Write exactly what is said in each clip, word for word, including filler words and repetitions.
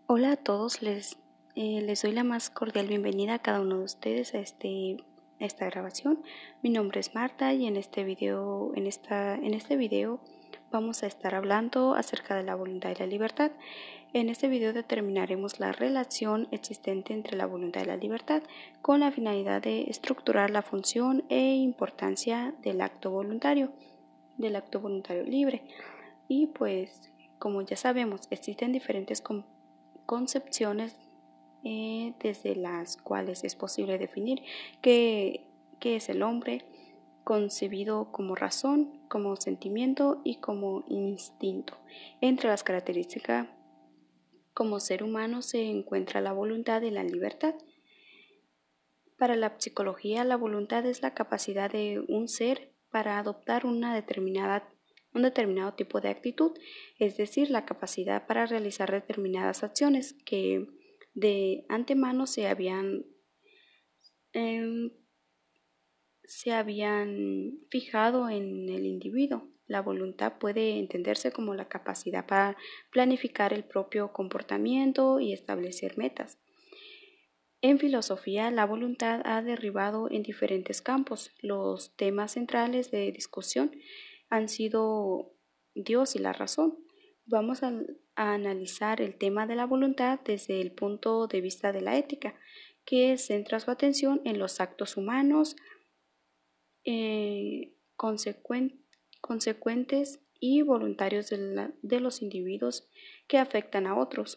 Hola a todos, les, eh, les doy la más cordial bienvenida a cada uno de ustedes a, este, a esta grabación. Mi nombre es Marta y en este video, en esta, en este video vamos a estar hablando acerca de la voluntad y la libertad. En este video determinaremos la relación existente entre la voluntad y la libertad con la finalidad de estructurar la función e importancia del acto voluntario, del acto voluntario libre. Y pues, como ya sabemos, existen diferentes componentes concepciones eh, desde las cuales es posible definir qué, qué es el hombre, concebido como razón, como sentimiento y como instinto. Entre las características como ser humano se encuentra la voluntad y la libertad. Para la psicología, la voluntad es la capacidad de un ser para adoptar una determinada un determinado tipo de actitud, es decir, la capacidad para realizar determinadas acciones que de antemano se habían, eh, se habían fijado en el individuo. La voluntad puede entenderse como la capacidad para planificar el propio comportamiento y establecer metas. En filosofía, la voluntad ha derivado en diferentes campos. Los temas centrales de discusión han sido Dios y la razón. Vamos a, a, analizar el tema de la voluntad desde el punto de vista de la ética, que centra su atención en los actos humanos eh, consecuent, consecuentes y voluntarios de, la, de los individuos que afectan a otros.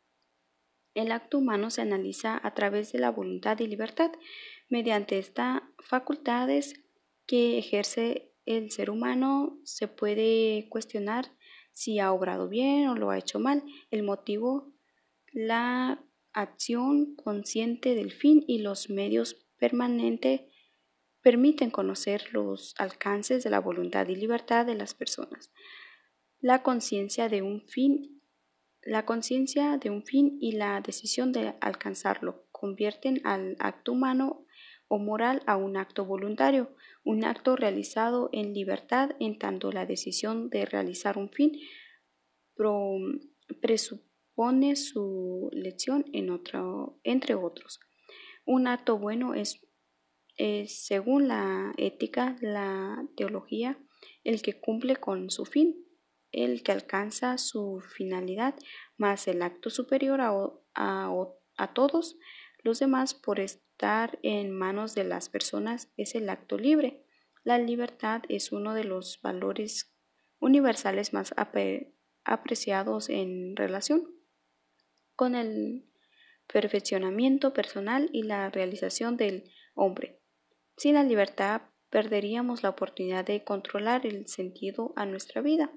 El acto humano se analiza a través de la voluntad y libertad. Mediante estas facultades que ejerce el ser humano se puede cuestionar si ha obrado bien o lo ha hecho mal, el motivo, la acción consciente del fin y los medios permanentes permiten conocer los alcances de la voluntad y libertad de las personas. La conciencia de un fin La conciencia de un fin y la decisión de alcanzarlo convierten al acto humano o moral a un acto voluntario, un acto realizado en libertad, en tanto la decisión de realizar un fin pro, presupone su lección en otro, entre otros. Un acto bueno es, es, según la ética, la teología, el que cumple con su fin, el que alcanza su finalidad, más el acto superior a, a, a todos los demás por estar en manos de las personas es el acto libre. La libertad es uno de los valores universales más ap- apreciados en relación con el perfeccionamiento personal y la realización del hombre. Sin la libertad perderíamos la oportunidad de controlar el sentido a nuestra vida,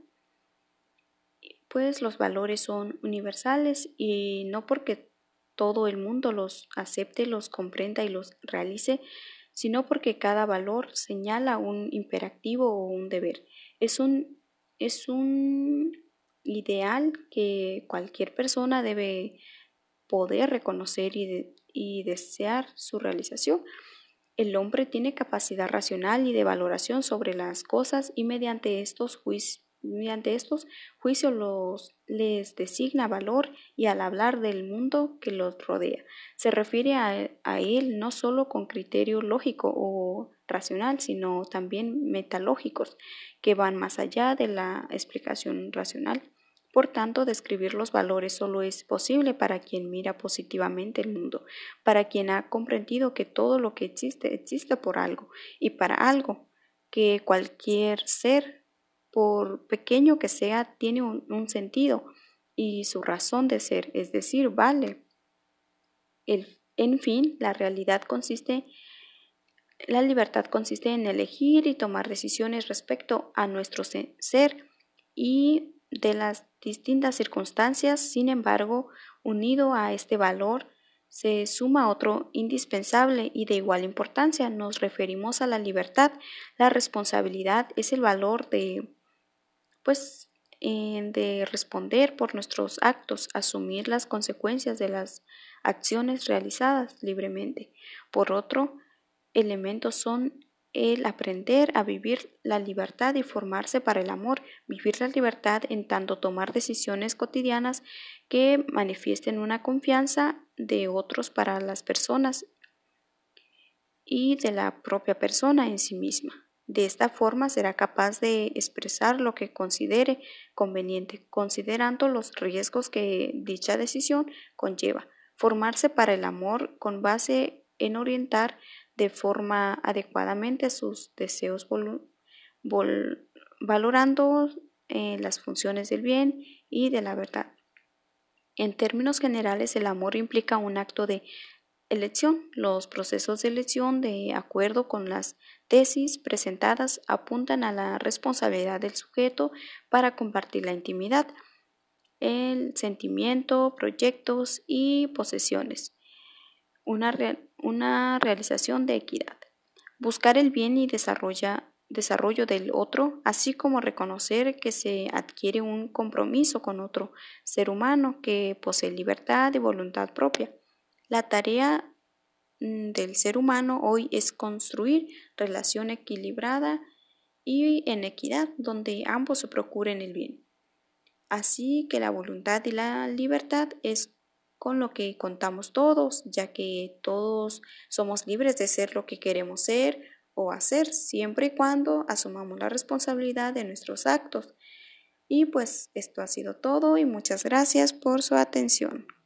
pues los valores son universales y no porque todo el mundo los acepte, los comprenda y los realice, sino porque cada valor señala un imperativo o un deber. Es un, es un ideal que cualquier persona debe poder reconocer y, de, y desear su realización. El hombre tiene capacidad racional y de valoración sobre las cosas y mediante estos juicios Mediante estos juicios los, les designa valor y al hablar del mundo que los rodea, se refiere a, a él no solo con criterio lógico o racional, sino también metalógicos, que van más allá de la explicación racional. Por tanto, describir los valores solo es posible para quien mira positivamente el mundo, para quien ha comprendido que todo lo que existe existe por algo y para algo, que cualquier ser, por pequeño que sea, tiene un, un sentido y su razón de ser, es decir, vale. El, en fin, la realidad consiste, la libertad consiste en elegir y tomar decisiones respecto a nuestro ser y de las distintas circunstancias. Sin embargo, unido a este valor se suma otro indispensable y de igual importancia. Nos referimos a la libertad. La responsabilidad es el valor de pues eh, de responder por nuestros actos, asumir las consecuencias de las acciones realizadas libremente. Por otro elemento son el aprender a vivir la libertad y formarse para el amor, vivir la libertad en tanto tomar decisiones cotidianas que manifiesten una confianza de otros para las personas y de la propia persona en sí misma. De esta forma será capaz de expresar lo que considere conveniente, considerando los riesgos que dicha decisión conlleva. Formarse para el amor con base en orientar de forma adecuadamente sus deseos, vol vol valorando eh, las funciones del bien y de la verdad. En términos generales, el amor implica un acto de elección. Los procesos de elección, de acuerdo con las tesis presentadas, apuntan a la responsabilidad del sujeto para compartir la intimidad, el sentimiento, proyectos y posesiones. Una, re una realización de equidad. Buscar el bien y desarrolla, desarrollo del otro, así como reconocer que se adquiere un compromiso con otro ser humano que posee libertad y voluntad propia. La tarea del ser humano hoy es construir relación equilibrada y en equidad, donde ambos se procuren el bien. Así que la voluntad y la libertad es con lo que contamos todos, ya que todos somos libres de ser lo que queremos ser o hacer, siempre y cuando asumamos la responsabilidad de nuestros actos. Y pues esto ha sido todo y muchas gracias por su atención.